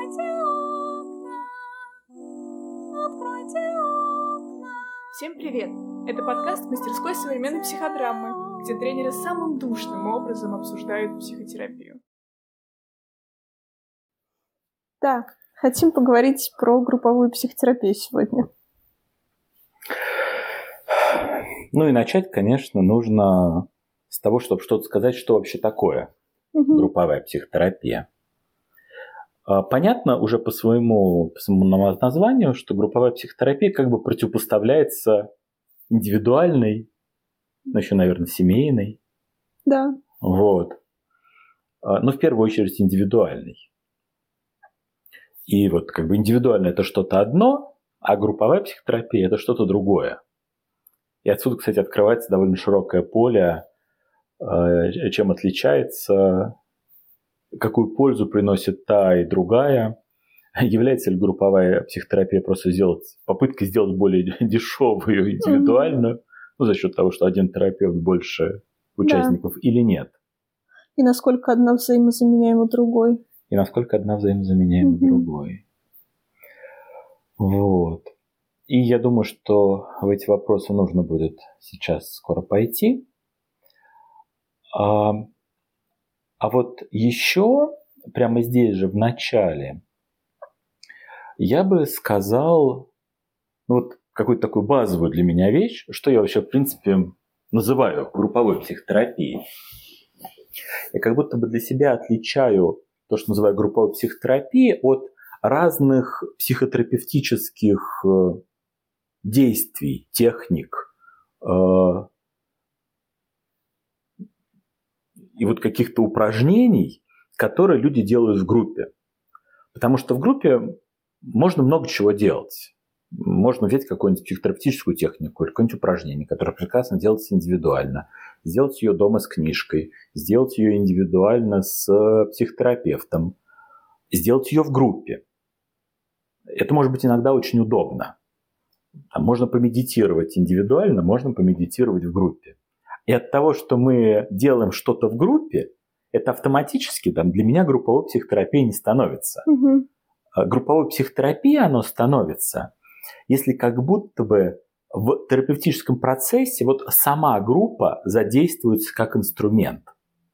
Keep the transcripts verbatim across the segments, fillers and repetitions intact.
Откройте окна, откройте окна. Всем привет! Это подкаст мастерской современной психодрамы, где тренеры самым душным образом обсуждают психотерапию. Так, хотим поговорить про групповую психотерапию сегодня. Ну и начать, конечно, нужно с того, чтобы что-то сказать, что вообще такое угу. групповая психотерапия. Понятно уже по своему, по своему названию, что групповая психотерапия как бы противопоставляется индивидуальной, ну еще, наверное, семейной. Да. Вот. Но в первую очередь индивидуальной. И вот как бы индивидуально это что-то одно, а групповая психотерапия это что-то другое. И отсюда, кстати, открывается довольно широкое поле, чем отличается, какую пользу приносит та и другая. Является ли групповая психотерапия просто сделать, попыткой сделать более дешевую и индивидуальную, mm-hmm. ну, за счет того, что один терапевт больше участников, да. или нет? И насколько одна взаимозаменяема другой. И насколько одна взаимозаменяема mm-hmm. другой. Вот. И я думаю, что в эти вопросы нужно будет сейчас скоро пойти. А, а вот еще прямо здесь же в начале я бы сказал, ну вот какую-то такую базовую для меня вещь, что я вообще в принципе называю групповой психотерапией. Я как будто бы для себя отличаю то, что называю групповой психотерапией, от разных психотерапевтических действий, техник и вот каких-то упражнений, которые люди делают в группе. Потому что в группе можно много чего делать. Можно взять какую-нибудь психотерапевтическую технику или какое-нибудь упражнение, которое прекрасно делается индивидуально, сделать ее дома с книжкой, сделать ее индивидуально с психотерапевтом, сделать ее в группе. Это может быть иногда очень удобно. Там можно помедитировать индивидуально, можно помедитировать в группе. И от того, что мы делаем что-то в группе, это автоматически там, для меня групповой психотерапией не становится. Угу. Групповой психотерапией оно становится, если как будто бы в терапевтическом процессе вот сама группа задействуется как инструмент.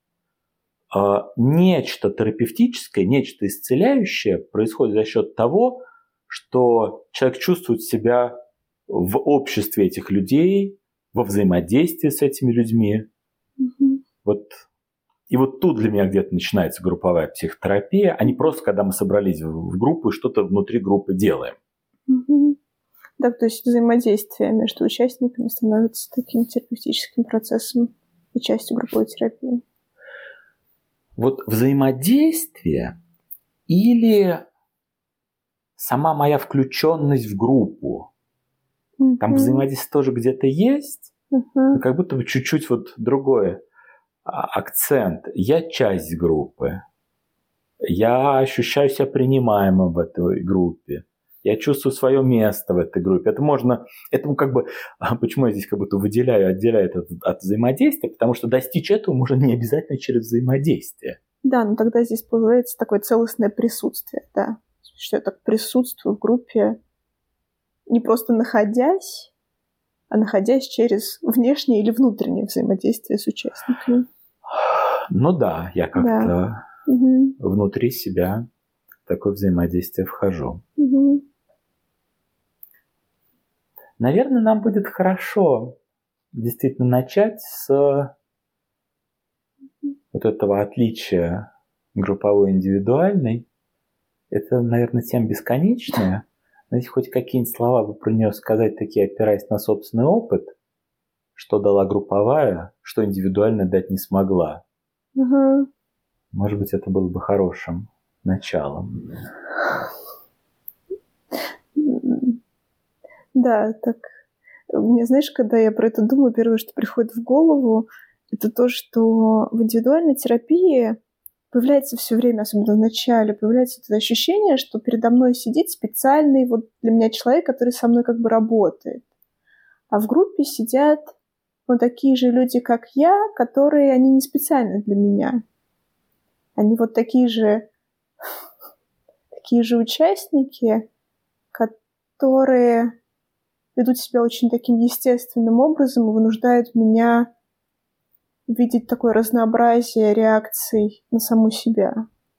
Нечто терапевтическое, нечто исцеляющее происходит за счет того, что человек чувствует себя в обществе этих людей, во взаимодействии с этими людьми. Mm-hmm. Вот. И вот тут для меня где-то начинается групповая психотерапия, а не просто, когда мы собрались в группу и что-то внутри группы делаем. Mm-hmm. Да, то есть взаимодействие между участниками становится таким терапевтическим процессом и частью групповой терапии. Вот взаимодействие или сама моя включенность в группу. Uh-huh. Там взаимодействие тоже где-то есть, uh-huh. но как будто бы чуть-чуть вот другой акцент. Я часть группы. Я ощущаю себя принимаемым в этой группе. Я чувствую свое место в этой группе. Это можно, этому как бы, почему я здесь как будто выделяю, отделяю это от взаимодействия, потому что достичь этого можно не обязательно через взаимодействие. Да, но тогда здесь появляется такое целостное присутствие, да. Что я так присутствую в группе, не просто находясь, а находясь через внешнее или внутреннее взаимодействие с участниками. Ну да, я как-то да. угу. внутри себя в такое взаимодействие вхожу. Угу. Наверное, нам будет хорошо действительно начать с вот этого отличия групповой и индивидуальной. Это, наверное, тема бесконечная. Но если хоть какие-нибудь слова бы про нее сказать, такие, опираясь на собственный опыт, что дала групповая, что индивидуально дать не смогла. Угу. Может быть, это было бы хорошим началом. Да, так. Мне, знаешь, когда я про это думаю, первое, что приходит в голову, это то, что в индивидуальной терапии появляется все время, особенно в начале, появляется это ощущение, что передо мной сидит специальный вот для меня человек, который со мной как бы работает. А в группе сидят вот такие же люди, как я, которые, они не специальны для меня. Они вот такие же такие же участники, которые ведут себя очень таким естественным образом и вынуждают меня видеть такое разнообразие реакций на саму себя.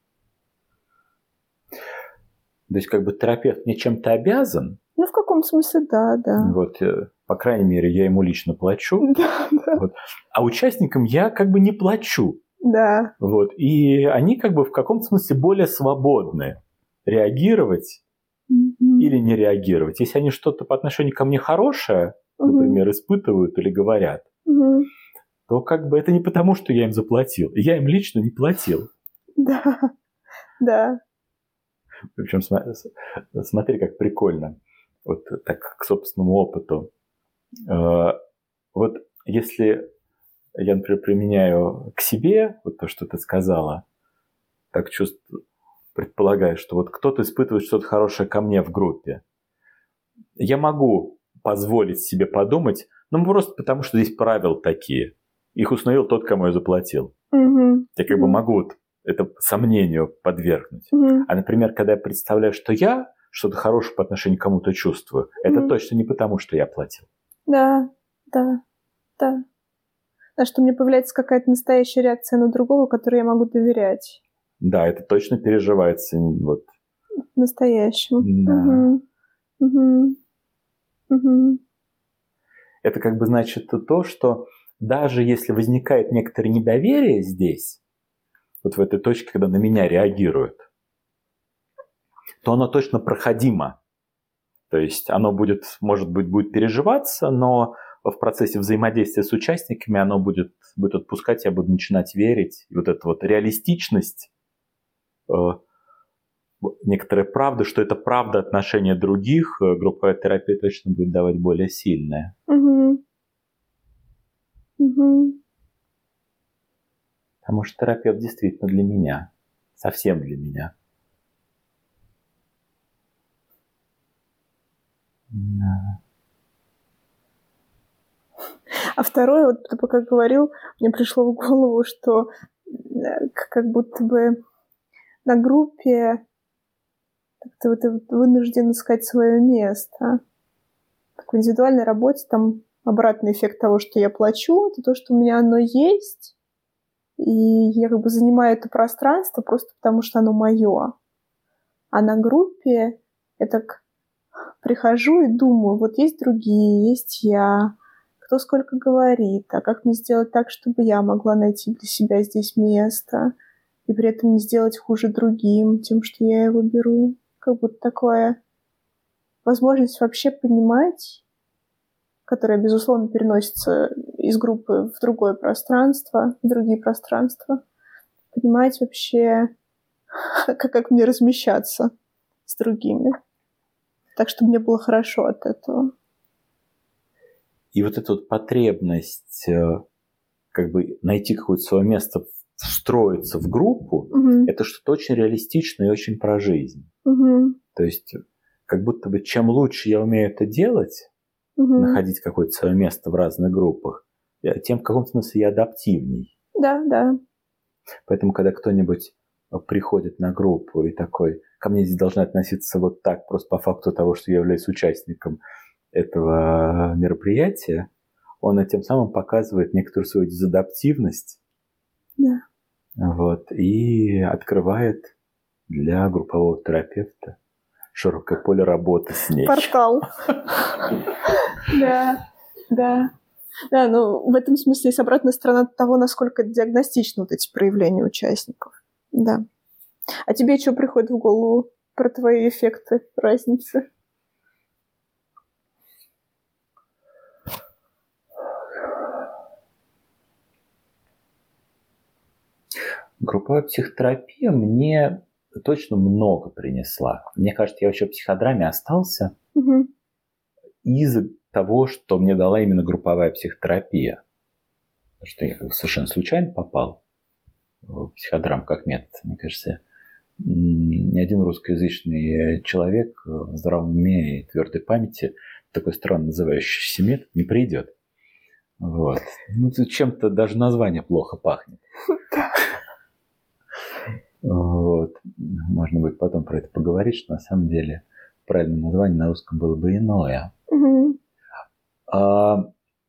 То есть как бы терапевт мне чем-то обязан? Ну, в каком смысле, да, да. Вот, по крайней мере, я ему лично плачу. Да, да. Вот. А участникам я как бы не плачу. Да. Вот. И они как бы в каком-то смысле более свободны реагировать Mm-hmm. или не реагировать. Если они что-то по отношению ко мне хорошее, Mm-hmm. например, испытывают или говорят, Mm-hmm. то как бы это не потому, что я им заплатил. Я им лично не платил. Да, да. Причем смотри, как прикольно. Вот так к собственному опыту. Вот если я, например, применяю к себе вот то, что ты сказала, так чувствую, предполагаю, что вот кто-то испытывает что-то хорошее ко мне в группе. Я могу позволить себе подумать, ну просто потому, что здесь правила такие. Их установил тот, кому я заплатил. Mm-hmm. Я как Mm-hmm. бы могу это сомнению подвергнуть. Mm-hmm. А, например, когда я представляю, что я что-то хорошее по отношению к кому-то чувствую, mm-hmm. это точно не потому, что я платил. Да, да, да. А что у меня появляется какая-то настоящая реакция на другого, которой я могу доверять. Да, это точно переживается. Вот. Настоящему. Да. Угу. Угу. Угу. Это как бы значит то, что даже если возникает некоторое недоверие здесь, вот в этой точке, когда на меня реагируют, то оно точно проходимо. То есть оно будет, может быть, будет переживаться, но в процессе взаимодействия с участниками оно будет, будет отпускать, я буду начинать верить. И вот эта вот реалистичность, э, некоторая правда, что это правда отношения других, э, групповая терапия точно будет давать более сильная. Угу. Угу. Потому что терапевт действительно для меня, совсем для меня. Да. А второе, вот ты пока говорил, мне пришло в голову, что как будто бы на группе ты вот вынужден искать свое место. Так в индивидуальной работе там обратный эффект того, что я плачу, это то, что у меня оно есть, и я как бы занимаю это пространство просто потому, что оно мое. А на группе я так прихожу и думаю, вот есть другие, есть я, кто сколько говорит, а как мне сделать так, чтобы я могла найти для себя здесь место, и при этом не сделать хуже другим тем, что я его беру. Как будто такая возможность вообще понимать, которая, безусловно, переносится из группы в другое пространство, в другие пространства, понимать вообще, как, как мне размещаться с другими. Так, чтобы мне было хорошо от этого. И вот эта вот потребность как бы найти какое-то свое место, встроиться в группу, Угу. это что-то очень реалистичное и очень про жизнь. Угу. То есть как будто бы чем лучше я умею это делать, Угу. находить какое-то свое место в разных группах, тем в каком смысле я адаптивней. Да, да. Поэтому, когда кто-нибудь приходит на группу и такой, ко мне здесь должны относиться вот так, просто по факту того, что я являюсь участником этого мероприятия, он тем самым показывает некоторую свою дезадаптивность. Да. Вот, и открывает для группового терапевта широкое поле работы с ней. Портал. Да, да. Да, но в этом смысле есть обратная сторона того, насколько диагностичны вот эти проявления участников. Да. А тебе что приходит в голову про твои эффекты, разницы? Групповая психотерапия мне точно много принесла. Мне кажется, я вообще в психодраме остался Угу. из-за того, что мне дала именно групповая психотерапия. Потому что я совершенно случайно попал в психодрам как метод. Мне кажется, ни один русскоязычный человек в здравом уме и твердой памяти такой странно называющийся метод не придет. Вот. Ну, чем-то даже название плохо пахнет. Вот. вот можно будет потом про это поговорить, что на самом деле правильное название на русском было бы иное. Мгм. А,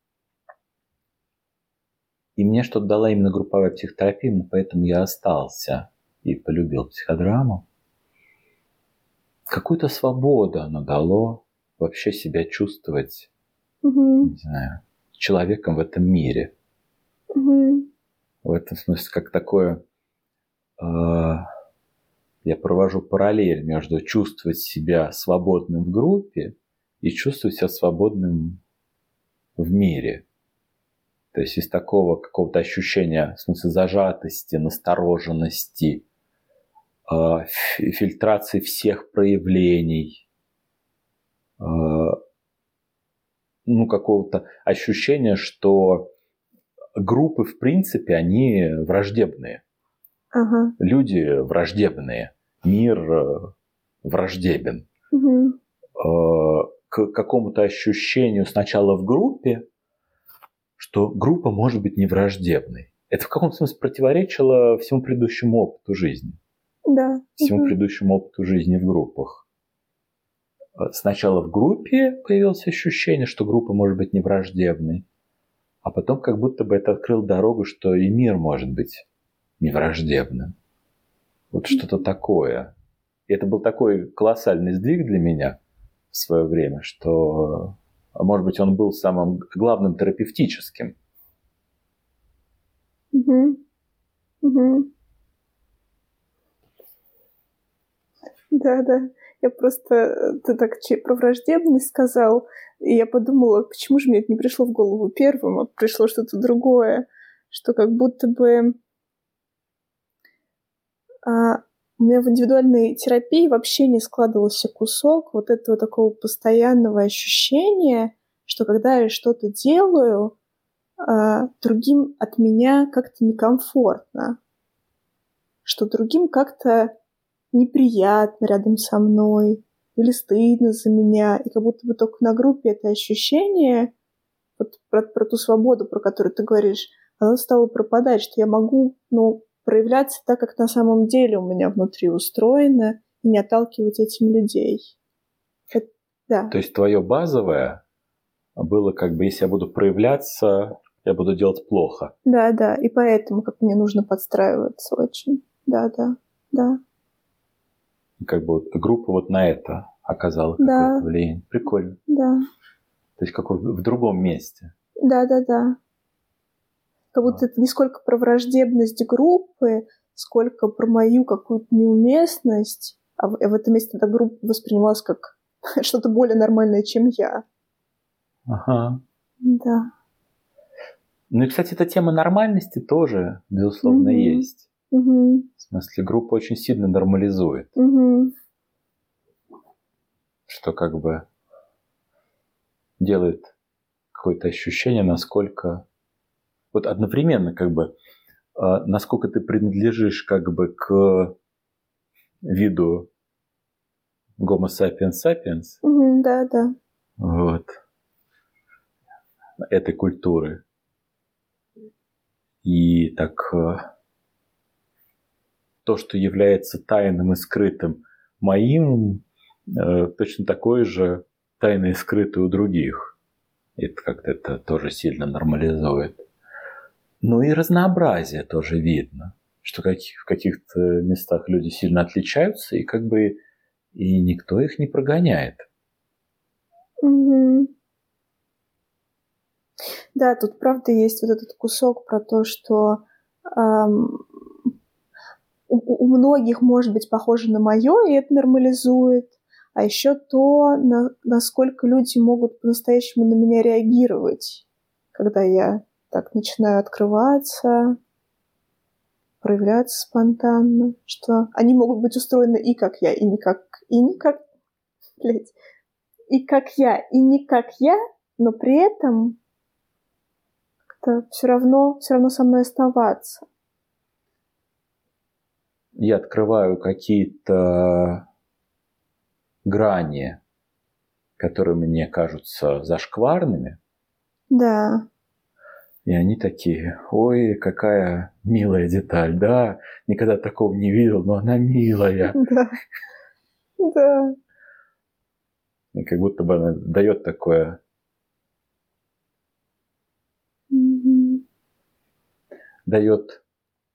и мне что-то дала именно групповая психотерапия, именно поэтому я остался и полюбил психодраму. Какую-то свободу оно дало вообще себя чувствовать, Мгм. не знаю, человеком в этом мире. Мгм. В этом смысле, как такое... э, я провожу параллель между чувствовать себя свободным в группе и чувствовать себя свободным в мире. То есть из такого какого-то ощущения, в смысле, зажатости, настороженности, э, фи- фильтрации всех проявлений, э, ну, какого-то ощущения, что группы, в принципе, они враждебные. Ага. Люди враждебные. Мир э, враждебен. Мгм. Э, К какому-то ощущению сначала в группе, что группа может быть не враждебной. Это в каком-то смысле противоречило всему предыдущему опыту жизни. Да. Всему Мгм. предыдущему опыту жизни в группах. Э, Сначала в группе появилось ощущение, что группа может быть не враждебной, а потом как будто бы это открыло дорогу, что и мир может быть невраждебным. Вот что-то такое. И это был такой колоссальный сдвиг для меня в свое время, что, а может быть, он был самым главным терапевтическим. Мгм. Мгм. Да, да. Я просто... э, Ты так че- про враждебность сказал, и я подумала, почему же мне это не пришло в голову первым, а пришло что-то другое, что как будто бы а, у меня в индивидуальной терапии вообще не складывался кусок вот этого такого постоянного ощущения, что когда я что-то делаю, а, другим от меня как-то некомфортно, что другим как-то неприятно рядом со мной или стыдно за меня. И как будто бы только на группе это ощущение, вот про, про ту свободу, про которую ты говоришь, оно стало пропадать, что я могу, ну, проявляться так, как на самом деле у меня внутри устроено, и не отталкивать этим людей. Это- да, То есть твое базовое было как бы, если я буду проявляться, я буду делать плохо. да, да. И поэтому как мне нужно подстраиваться очень. Да, да, да. Как бы вот группа вот на это оказала Да. какое-то влияние. Прикольно. Да, То есть как в другом месте. да, да, да. Как будто это не сколько про враждебность группы, сколько про мою какую-то неуместность. А в, в этом месте тогда группа воспринималась как что-то более нормальное, чем я. Ага. Да. Ну и, кстати, эта тема нормальности тоже, безусловно, Мгм. есть. Угу. В смысле, группа очень сильно нормализует. Угу. Что как бы делает какое-то ощущение, насколько... Вот одновременно как бы, э, насколько ты принадлежишь как бы к виду Homo sapiens sapiens, Угу. Да, да. вот, этой культуры. И так э, то, что является тайным и скрытым моим, э, точно такое же тайное и скрытое у других. И это как-то это тоже сильно нормализует. Ну и разнообразие тоже видно, что каких, в каких-то местах люди сильно отличаются, и как бы и никто их не прогоняет. Угу. Да, тут правда есть вот этот кусок про то, что ам, у, у многих может быть похоже на мое, и это нормализует. А еще то, на, насколько люди могут по-настоящему на меня реагировать, когда я так начинаю открываться, проявляться спонтанно, что они могут быть устроены и как я, и не как, и не как, блядь, и как я, и не как я, но при этом как-то все равно, все равно со мной оставаться. Я открываю какие-то грани, которые мне кажутся зашкварными, Да. И они такие: ой, какая милая деталь, да, никогда такого не видел, но она милая. Да. Да. И как будто бы она дает такое... Мгм. дает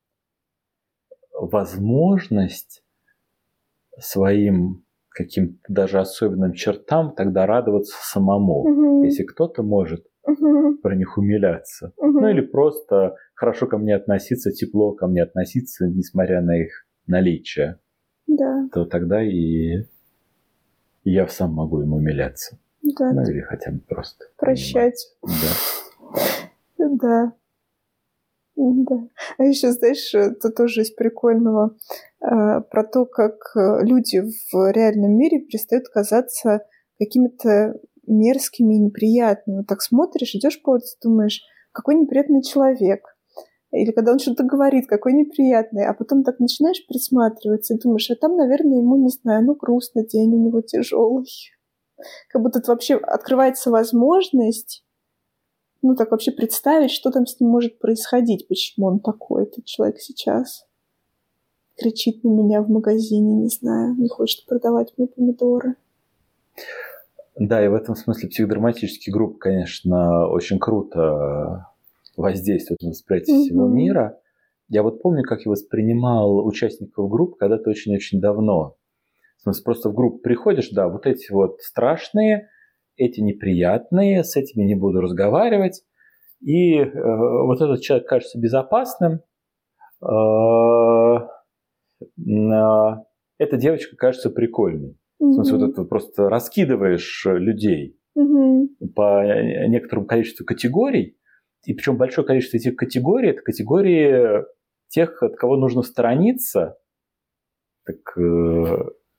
возможность своим каким-то даже особенным чертам тогда радоваться самому. Мгм. Если кто-то может Мгм. про них умиляться. Мгм. Ну или просто хорошо ко мне относиться, тепло ко мне относиться, несмотря на их наличие, Да. то тогда и я сам могу им умиляться. Да. Ну или хотя бы просто Прощать. принимать. Да. Да. А еще, знаешь, это тоже из прикольного э, про то, как э, люди в реальном мире перестают казаться какими-то мерзкими и неприятными. Вот так смотришь, идешь по улице, думаешь, какой неприятный человек. Или когда он что-то говорит, какой неприятный. А потом так начинаешь присматриваться и думаешь, а там, наверное, ему, не знаю, ну грустно, день у него тяжелый. Как будто это вообще открывается возможность, ну, так вообще представить, что там с ним может происходить, почему он такой, этот человек сейчас. Кричит на меня в магазине, не знаю, не хочет продавать мне помидоры. Да, и в этом смысле психодраматические группы, конечно, очень круто воздействуют на восприятие всего Мгм. мира. Я вот помню, как я воспринимал участников групп когда-то очень-очень давно. В смысле, просто в группу приходишь, да, вот эти вот страшные, эти неприятные, с этими не буду разговаривать. И э, вот этот человек кажется безопасным. Э, э, эта девочка кажется прикольной. В смысле, вот это вот просто раскидываешь людей Мгм. по некоторому количеству категорий. И причем большое количество этих категорий – это категории тех, от кого нужно сторониться, так, э,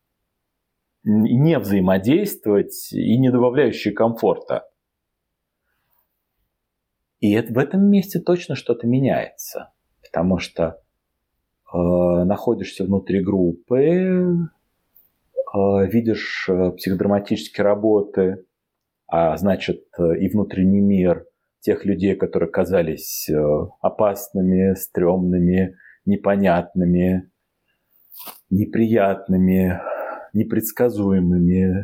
не взаимодействовать и не добавляющие комфорта. И это, в этом месте точно что-то меняется, потому что э, находишься внутри группы, э, видишь э, психодраматические работы, а значит э, и внутренний мир тех людей, которые казались э, опасными, стрёмными, непонятными, неприятными, непредсказуемыми.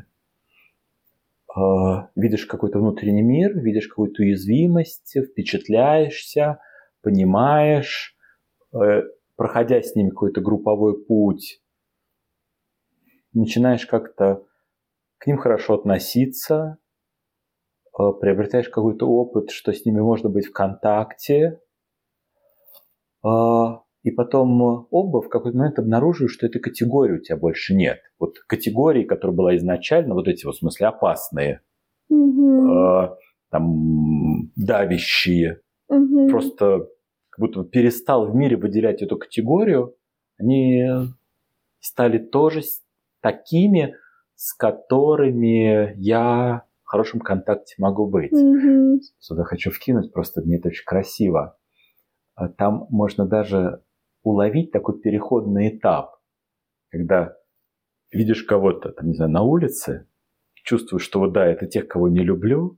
Видишь какой-то внутренний мир, видишь какую-то уязвимость, впечатляешься, понимаешь, проходя с ними какой-то групповой путь, начинаешь как-то к ним хорошо относиться, приобретаешь какой-то опыт, что с ними можно быть в контакте, и потом оба в какой-то момент обнаруживают, что этой категории у тебя больше нет. Вот категории, которая была изначально, вот эти вот в смысле опасные, Мгм. э, там давящие, Мгм. просто как будто бы перестал в мире выделять эту категорию, они стали тоже такими, с которыми я в хорошем контакте могу быть. Мгм. Сюда хочу вкинуть, просто мне это очень красиво. Там можно даже уловить такой переходный этап, когда видишь кого-то, там, не знаю, на улице, чувствуешь, что вот да, это тех, кого не люблю,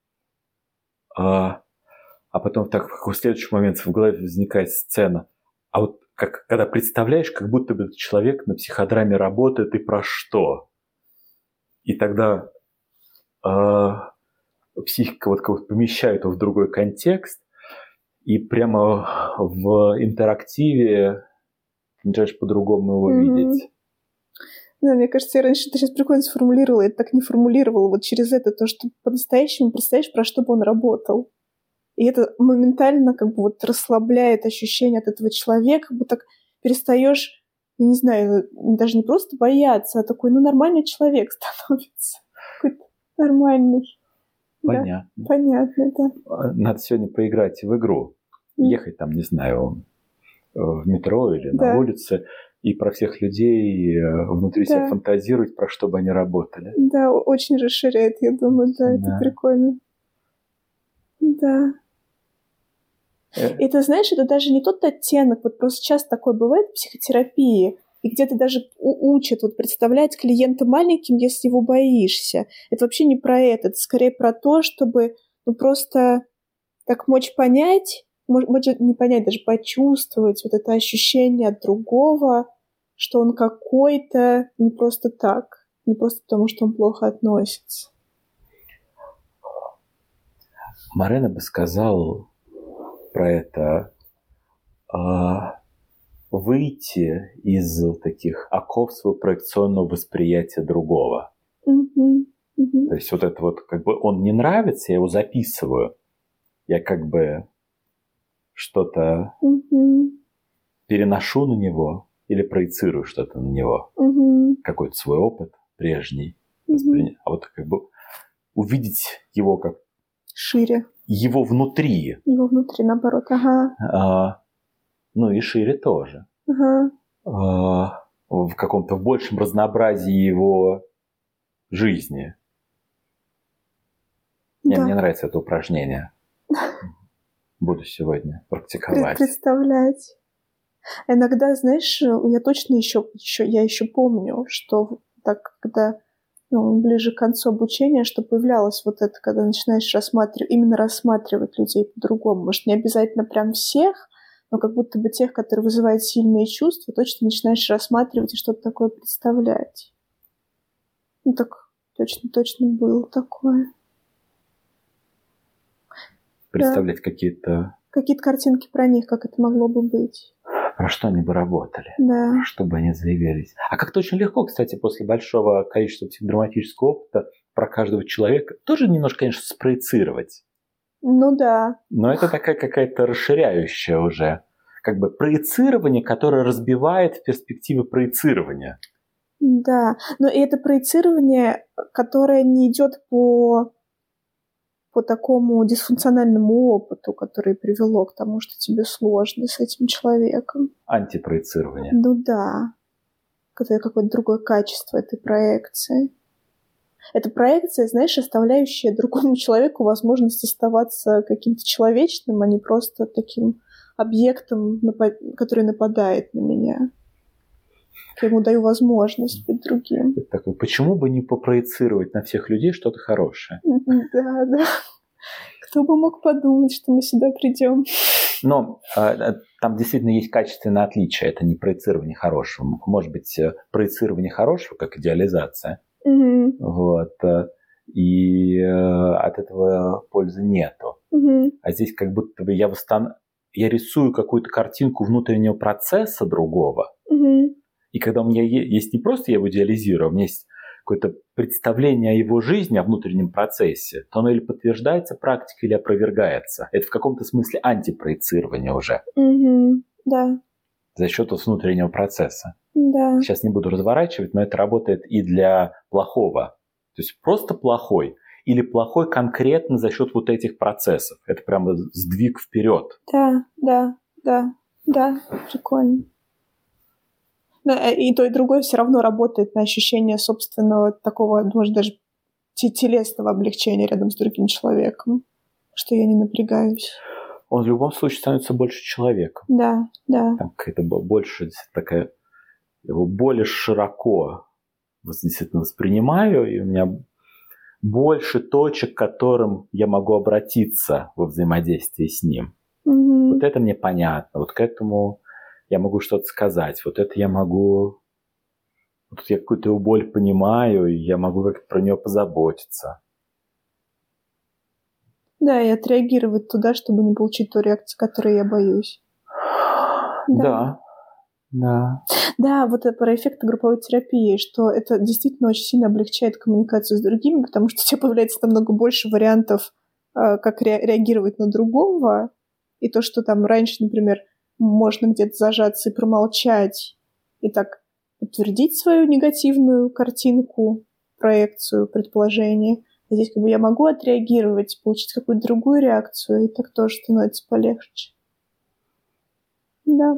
а, а потом так в следующий момент в голове возникает сцена, а вот как, когда представляешь, как будто бы этот человек на психодраме работает и про что. И тогда а, психика вот как-то помещает его в другой контекст, и прямо в интерактиве начинаешь по-другому его Мгм. видеть. Да, мне кажется, я раньше это сейчас прикольно сформулировала, я это так не формулировала. Вот через это то, что по-настоящему представляешь, про что бы он работал. И это моментально как бы вот расслабляет ощущение от этого человека, как бы так перестаешь, я не знаю, даже не просто бояться, а такой, ну, нормальный человек становится. Какой-то нормальный. Понятно. Да, понятно, да. Надо сегодня поиграть в игру. М. Ехать там, не знаю, в метро или Да. на улице и про всех людей э, внутри Да. себя фантазировать, про что бы они работали. Да, очень расширяет, я думаю, да, это Да. прикольно. Да. Э, Это, знаешь, это даже не тот оттенок, вот просто часто такое бывает в психотерапии, и где-то даже у- учат вот представлять клиента маленьким, если его боишься. Это вообще не про это, это скорее про то, чтобы ну, просто так мочь понять, может, может не понять, даже почувствовать вот это ощущение от другого, что он какой-то не просто так, не просто потому, что он плохо относится. Морено бы сказал про это а, выйти из таких оков своего проекционного восприятия другого. Мгм, мгм. То есть вот это вот, как бы он не нравится, я его записываю. Я как бы что-то Мгм, переношу на него или проецирую что-то на него. мгм, Какой-то свой опыт прежний. мгм. восприня- А вот как бы увидеть его как Шире. его внутри, Его внутри, наоборот. Ага, а, ну и шире тоже. ага. А, в каком-то большем разнообразии его жизни. Мне, Да. мне нравится это упражнение. Буду сегодня Пред- практиковать. Представлять. Иногда, знаешь, я точно еще, еще, я еще помню, что так, когда ну, ближе к концу обучения, что появлялось вот это, когда начинаешь рассматривать, именно рассматривать людей по-другому. Может, не обязательно прям всех, но как будто бы тех, которые вызывают сильные чувства, точно начинаешь рассматривать и что-то такое представлять. Ну, так точно, точно было такое. Представлять какие-то... Какие-то картинки про них, как это могло бы быть. Про что они бы работали. Да. Чтобы они заявились. А как-то очень легко, кстати, после большого количества психодраматического опыта про каждого человека тоже немножко, конечно, спроецировать. Ну да. Но это такая какая-то расширяющая уже. Как бы проецирование, которое разбивает в перспективе проецирования. Да. Но и это проецирование, которое не идет по, по такому дисфункциональному опыту, который привело к тому, что тебе сложно с этим человеком. Антипроецирование. Ну да. Это какое-то другое качество этой проекции. Это проекция, знаешь, оставляющая другому человеку возможность оставаться каким-то человечным, а не просто таким объектом, который нападает на меня. Я ему даю возможность быть другим. Это такой, почему бы не попроецировать на всех людей что-то хорошее? Да, да. Кто бы мог подумать, что мы сюда придем? Но э, там действительно есть качественное отличие. Это не проецирование хорошего. Может быть, проецирование хорошего, как идеализация. Угу. Вот. И э, от этого пользы нету. Угу. А здесь как будто бы я, восстан... я рисую какую-то картинку внутреннего процесса другого. Угу. И когда у меня есть не просто я его идеализирую, у меня есть какое-то представление о его жизни, о внутреннем процессе, то оно или подтверждается практикой, или опровергается. Это в каком-то смысле антипроецирование уже. Угу. Да. За счет вот внутреннего процесса. Да. Сейчас не буду разворачивать, но это работает и для плохого. То есть просто плохой или плохой конкретно за счет вот этих процессов. Это прямо сдвиг вперед. Да, да, да, да, прикольно. И то, и другое все равно работает на ощущение собственного такого, может, даже телесного облегчения рядом с другим человеком, что я не напрягаюсь. Он в любом случае становится больше человеком. Да, да. Там какая-то больше такая, его более широко действительно воспринимаю, и у меня больше точек, к которым я могу обратиться во взаимодействии с ним. Угу. Вот это мне понятно, вот к этому я могу что-то сказать, вот это я могу, вот я какую-то его боль понимаю, и я могу как-то про нее позаботиться. Да, и отреагировать туда, чтобы не получить ту реакцию, которой я боюсь. Да, да. Да, вот это про эффект групповой терапии, что это действительно очень сильно облегчает коммуникацию с другими, потому что у тебя появляется намного больше вариантов, как ре- реагировать на другого, и то, что там раньше, например, можно где-то зажаться и промолчать, и так подтвердить свою негативную картинку, проекцию, предположение. А здесь как бы я могу отреагировать, получить какую-то другую реакцию, и так тоже становится полегче. Да.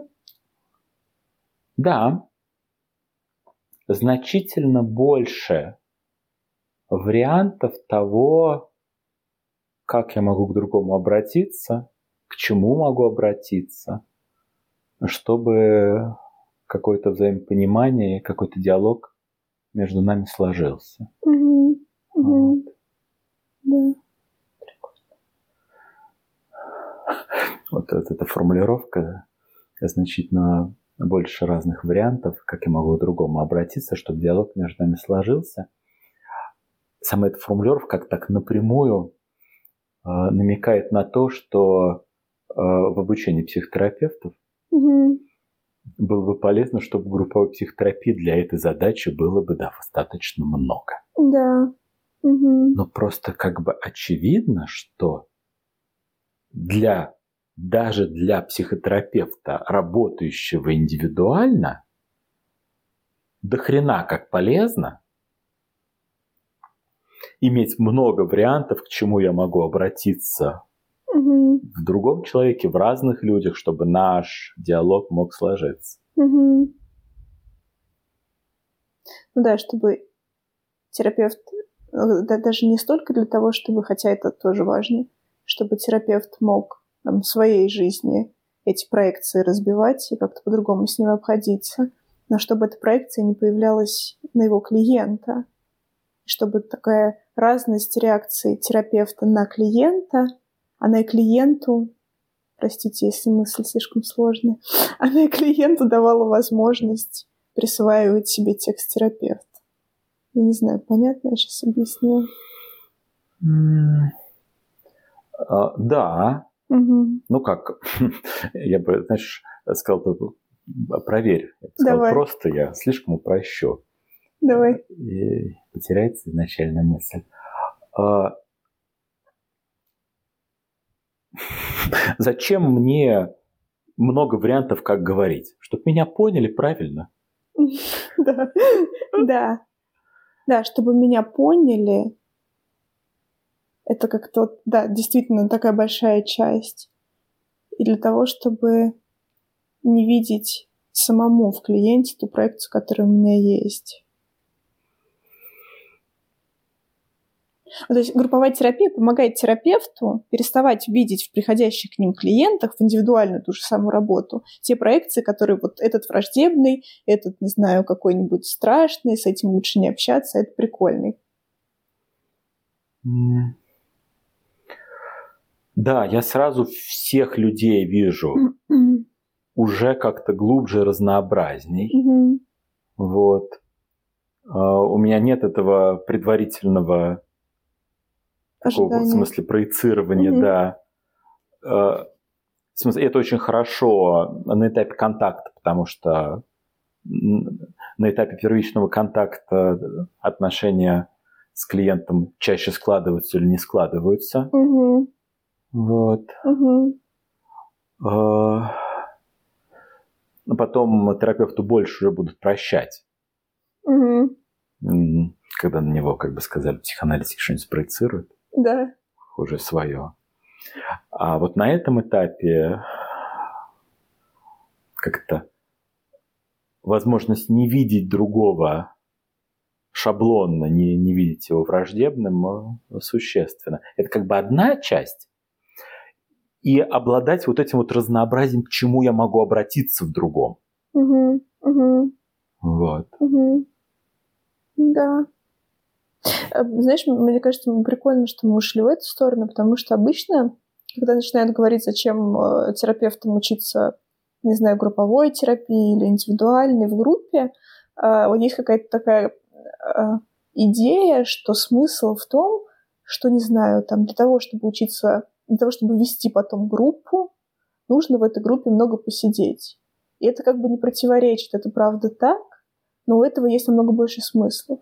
Да. Значительно больше вариантов того, как я могу к другому обратиться, к чему могу обратиться, чтобы какое-то взаимопонимание, какой-то диалог между нами сложился. Угу. Угу. Вот. Да. вот, вот эта формулировка, значительно больше разных вариантов, как я могу к другому обратиться, чтобы диалог между нами сложился. Сама эта формулировка как так напрямую э, намекает на то, что э, в обучении психотерапевтов Угу. было бы полезно, чтобы групповой психотерапии для этой задачи было бы да, достаточно много. Да. Угу. Но просто как бы очевидно, что для, даже для психотерапевта, работающего индивидуально, до хрена как полезно иметь много вариантов, к чему я могу обратиться Угу. в другом человеке, в разных людях, чтобы наш диалог мог сложиться. Угу. Ну да, чтобы терапевт, да, даже не столько для того, чтобы, хотя это тоже важно, чтобы терапевт мог там, в своей жизни эти проекции разбивать и как-то по-другому с ними обходиться, но чтобы эта проекция не появлялась на его клиента, чтобы такая разность реакции терапевта на клиента, она и клиенту, простите, если мысль слишком сложная, она и клиенту давала возможность присваивать себе текст терапевта. Я не знаю, понятно я сейчас объяснила? Mm. Uh, да. Угу. Ну как, я бы, знаешь, сказал, проверь. Я бы сказал, Давай. просто я слишком упрощу. Давай. И потеряется изначальная мысль. Uh, Зачем мне много вариантов, как говорить? Чтобы меня поняли правильно. Да, да. Да, чтобы меня поняли, это как-то, да, действительно такая большая часть. И для того, чтобы не видеть самому в клиенте ту проекцию, которая у меня есть. То есть групповая терапия помогает терапевту переставать видеть в приходящих к ним клиентах, в индивидуальную ту же самую работу, те проекции, которые вот этот враждебный, этот, не знаю, какой-нибудь страшный, с этим лучше не общаться, это прикольный. Mm. Да, я сразу всех людей вижу Mm-hmm. уже как-то глубже, разнообразней. Mm-hmm. Вот. Uh, у меня нет этого предварительного такого, в смысле, проецирования, mm-hmm. да. Uh, в смысле, это очень хорошо на этапе контакта, потому что на этапе первичного контакта отношения с клиентом чаще складываются или не складываются. Mm-hmm. Вот. Mm-hmm. Uh, но потом терапевту больше уже будут прощать. Mm-hmm. Когда на него, как бы сказали, психоаналитик что-нибудь спроецирует. Да. Уже свое. А вот на этом этапе как-то возможность не видеть другого шаблонно, не, не видеть его враждебным, существенно. Это как бы одна часть. И обладать вот этим вот разнообразием, к чему я могу обратиться в другом. Угу, угу. Вот. Угу. Да. Знаешь, мне кажется, прикольно, что мы ушли в эту сторону, потому что обычно, когда начинают говорить, зачем терапевтам учиться, не знаю, групповой терапии или индивидуальной в группе, у них какая-то такая идея, что смысл в том, что, не знаю, там для того, чтобы учиться, для того, чтобы вести потом группу, нужно в этой группе много посидеть. И это как бы не противоречит, это правда так, но у этого есть намного больше смыслов,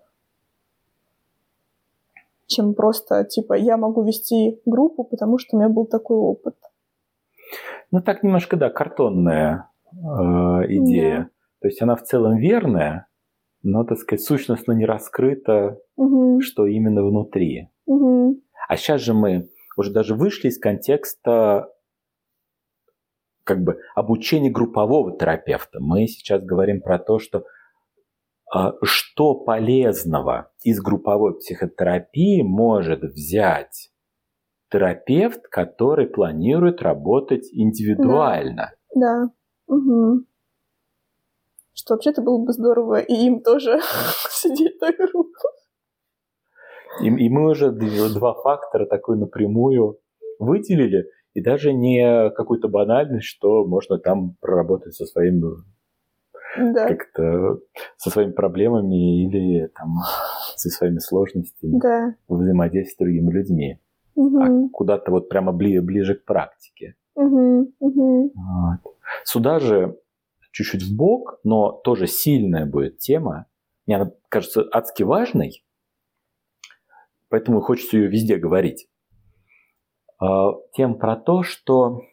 чем просто, типа, я могу вести группу, потому что у меня был такой опыт. Ну, так немножко, да, картонная э, идея. Да. То есть она в целом верная, но, так сказать, сущностно не раскрыто, угу. что именно внутри. Угу. А сейчас же мы уже даже вышли из контекста как бы обучения группового терапевта. Мы сейчас говорим про то, что что полезного из групповой психотерапии может взять терапевт, который планирует работать индивидуально. Да. да. Угу. Что вообще-то было бы здорово и им тоже сидеть на группах. И, и мы уже два фактора такой напрямую выделили. и даже не какую-то банальность, что можно там проработать со своим, Да. как-то, со своими проблемами или там, со своими сложностями Да. взаимодействия с другими людьми, Угу. а куда-то вот прямо бли- ближе к практике. Угу. Угу. Вот. Сюда же чуть-чуть вбок, но тоже сильная будет тема. Мне она кажется адски важной, поэтому хочется ее везде говорить. А, Тема про то, что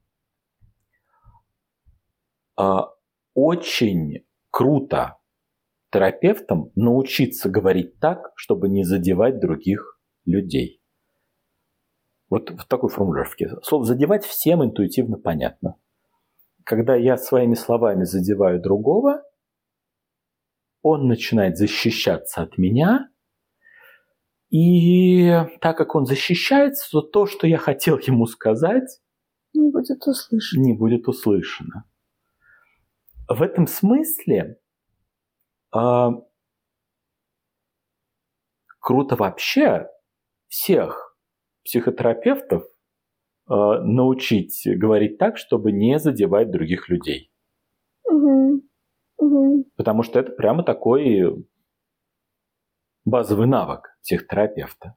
а, очень круто терапевтам научиться говорить так, чтобы не задевать других людей. Вот в такой формулировке. Слово «задевать» всем интуитивно понятно. Когда я своими словами задеваю другого, он начинает защищаться от меня, и так как он защищается, то то, что я хотел ему сказать, Не будет услышано. не будет услышано. В этом смысле э, круто вообще всех психотерапевтов э, научить говорить так, чтобы не задевать других людей. Угу. Угу. Потому что это прямо такой базовый навык психотерапевта.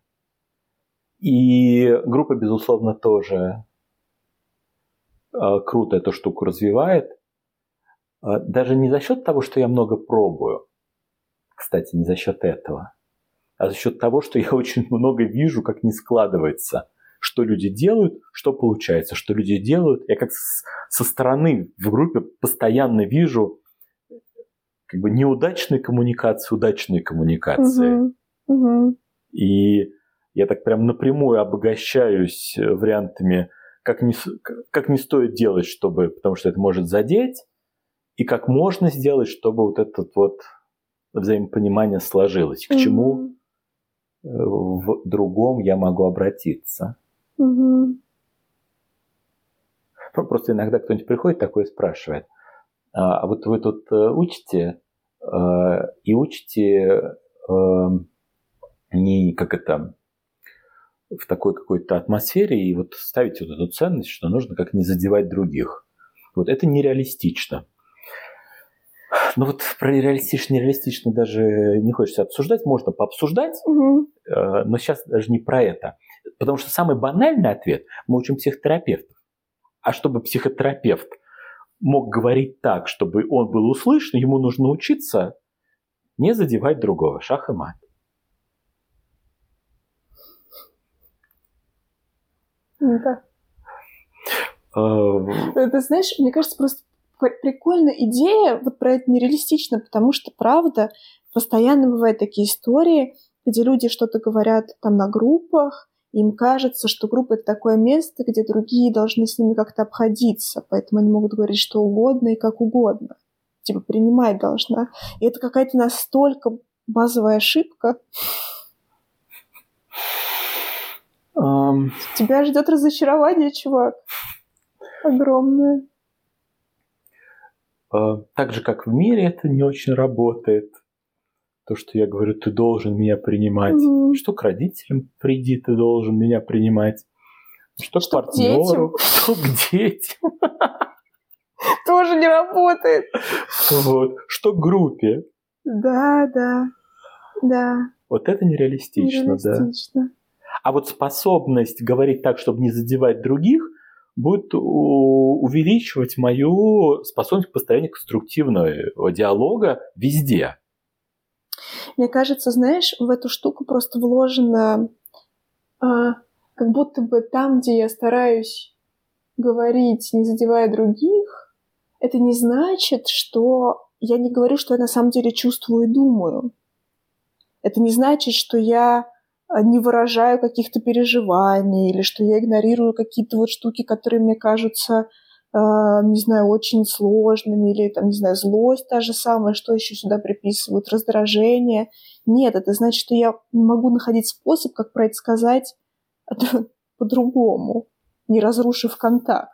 И группа, безусловно, тоже э, круто эту штуку развивает. Э, даже не за счет того, что я много пробую, кстати, не за счет этого, а за счет того, что я очень много вижу, как не складывается, что люди делают, что получается, что люди делают. Я как с, со стороны в группе постоянно вижу как бы неудачные коммуникации, удачные коммуникации. Угу. Угу. И я так прям напрямую обогащаюсь вариантами, как не, как не стоит делать, чтобы, потому что это может задеть, и как можно сделать, чтобы вот это вот взаимопонимание сложилось. К Угу. чему в другом я могу обратиться. Угу. Просто иногда кто-нибудь приходит такой и спрашивает, а вот вы тут учите, и учите не как это в такой какой-то атмосфере, и вот ставите вот эту ценность, что нужно как не задевать других. Вот это нереалистично. Ну вот про реалистично, нереалистично даже не хочется обсуждать, можно пообсуждать, Угу. но сейчас даже не про это. Потому что самый банальный ответ – мы учим психотерапевтов. А чтобы психотерапевт мог говорить так, чтобы он был услышан, ему нужно учиться не задевать другого. Шах и мат. Да. Э, Ты знаешь, мне кажется, просто пр- прикольная идея, вот про это нереалистично, потому что, правда, постоянно бывают такие истории, где люди что-то говорят там на группах, и им кажется, что группа — это такое место, где другие должны с ними как-то обходиться, поэтому они могут говорить что угодно и как угодно. Типа принимать должна. И это какая-то настолько базовая ошибка. эм, Тебя ждет разочарование, чувак. Огромное. э, Так же, как в мире, это не очень работает. То, что я говорю, ты должен меня принимать. Мгм. Что к родителям приди, ты должен меня принимать. Что, Что к к партнеру, детям. что к детям. Тоже не работает. Вот. Что к группе. Да, да, да. Вот это нереалистично, да. Нереалистично. А вот способность говорить так, чтобы не задевать других, будет у- увеличивать мою способность к построению конструктивного диалога везде. Мне кажется, знаешь, в эту штуку просто вложено а, как будто бы там, где я стараюсь говорить, не задевая других, это не значит, что я не говорю, что я на самом деле чувствую и думаю. Это не значит, что я а, не выражаю каких-то переживаний или что я игнорирую какие-то вот штуки, которые мне кажутся, а, не знаю, очень сложными, или, там, не знаю, злость та же самая, что еще сюда приписывают, раздражение. Нет, это значит, что я не могу находить способ, как про это сказать по-другому, не разрушив контакт.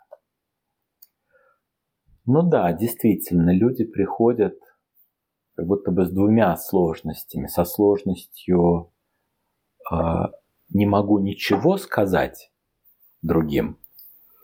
Ну да, действительно, люди приходят как будто бы с двумя сложностями. Со сложностью э, не могу ничего сказать другим,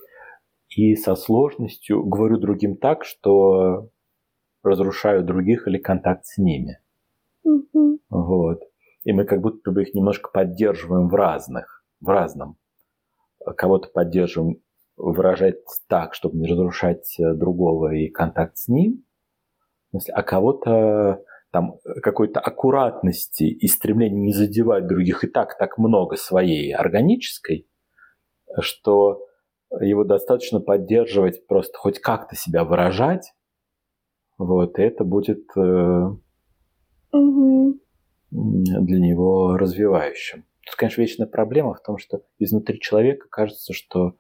и со сложностью говорю другим так, что разрушаю других или контакт с ними. Мгм. Вот. И мы как будто бы их немножко поддерживаем в разных, в разном. Кого-то поддерживаем выражать так, чтобы не разрушать другого и контакт с ним, а кого-то там какой-то аккуратности и стремления не задевать других и так так много своей органической, что его достаточно поддерживать, просто хоть как-то себя выражать, вот, и это будет э, Мгм. для него развивающим. Тут, конечно, вечная проблема в том, что изнутри человека кажется, что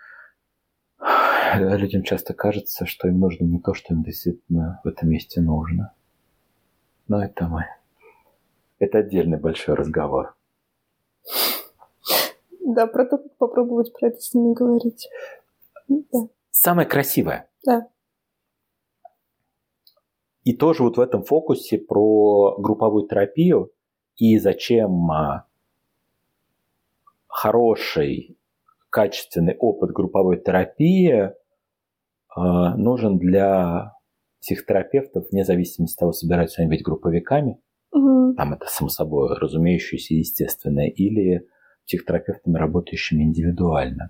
людям часто кажется, что им нужно не то, что им действительно в этом месте нужно. Но это мы. Это отдельный большой разговор. Да, про то, как попробовать про это с ними говорить. Да. Самое красивое. Да. И тоже вот в этом фокусе про групповую терапию и зачем хороший, качественный опыт групповой терапии нужен для психотерапевтов, вне зависимости от того, собираются они быть групповиками, Угу. там это само собой разумеющееся и естественное, или психотерапевтами, работающими индивидуально.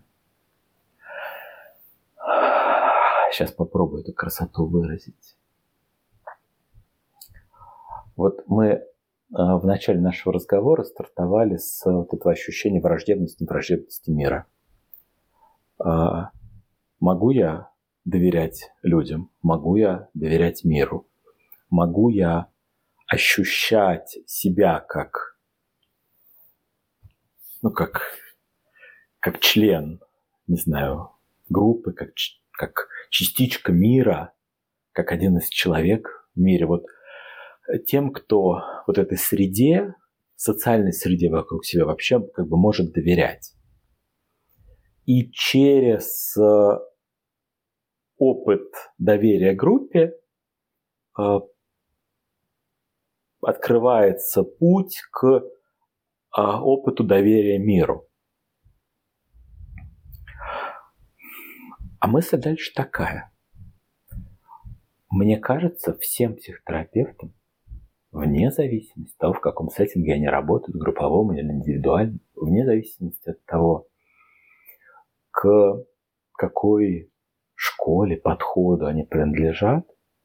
Сейчас попробую эту красоту выразить. Вот мы в начале нашего разговора стартовали с вот этого ощущения враждебности, невраждебности мира. Могу я доверять людям? Могу я доверять миру? Могу я ощущать себя как, ну, как, как член, не знаю, группы, как, как частичка мира, как один из человек в мире? Вот тем, кто вот этой среде, социальной среде вокруг себя вообще как бы может доверять. И через опыт доверия группе открывается путь к опыту доверия миру. А мысль дальше такая. Мне кажется, всем психотерапевтам, вне зависимости от того, в каком сеттинге они работают, групповом или индивидуальном, вне зависимости от того, к какой школе, подходу они принадлежат,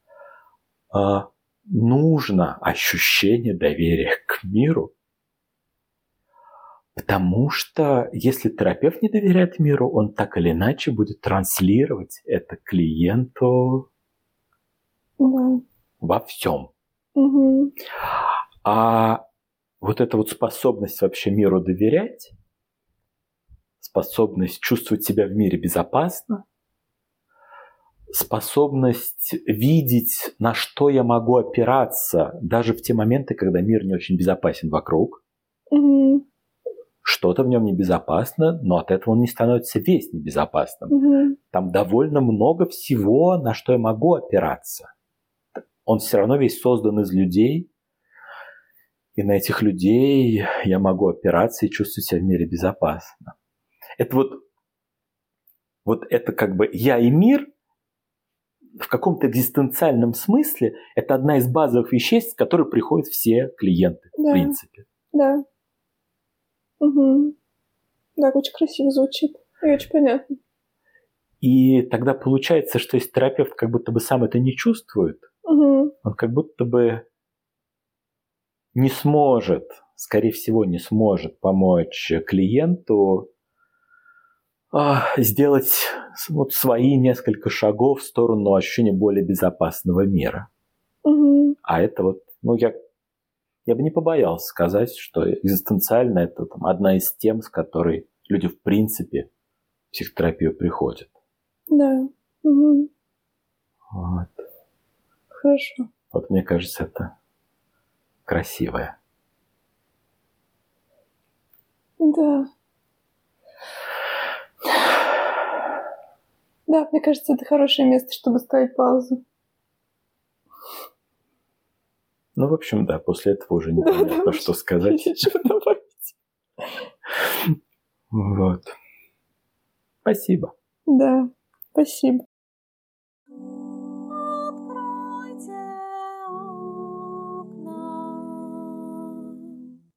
нужно ощущение доверия к миру. Потому что если терапевт не доверяет миру, он так или иначе будет транслировать это клиенту Да. во всем. Угу. А вот эта вот способность вообще миру доверять, способность чувствовать себя в мире безопасно, способность видеть, на что я могу опираться даже в те моменты, когда мир не очень безопасен вокруг. Угу. Что-то в нем небезопасно, но от этого он не становится весь небезопасным. Угу. Там довольно много всего, на что я могу опираться. Он все равно весь создан из людей, и на этих людей я могу опираться и чувствовать себя в мире безопасно. Это вот, вот это как бы я и мир в каком-то экзистенциальном смысле это одна из базовых вещей, с которой приходят все клиенты, Да. в принципе. Да. Угу. Да, очень красиво звучит. И очень понятно. И тогда получается, что если терапевт как будто бы сам это не чувствует, Угу. он как будто бы не сможет, скорее всего, не сможет помочь клиенту а, сделать вот свои несколько шагов в сторону ощущения более безопасного мира. Угу. А это вот, ну, я, я бы не побоялся сказать, что экзистенциально это там, одна из тем, с которой люди в принципе в психотерапию приходят. Да. Угу. Вот. Хорошо. Вот мне кажется, это красивое. Да. Да, мне кажется, это хорошее место, чтобы ставить паузу. Ну, в общем, да, после этого уже непонятно, Да, что сказать. Ничего добавить. Вот. Спасибо. Да. Спасибо.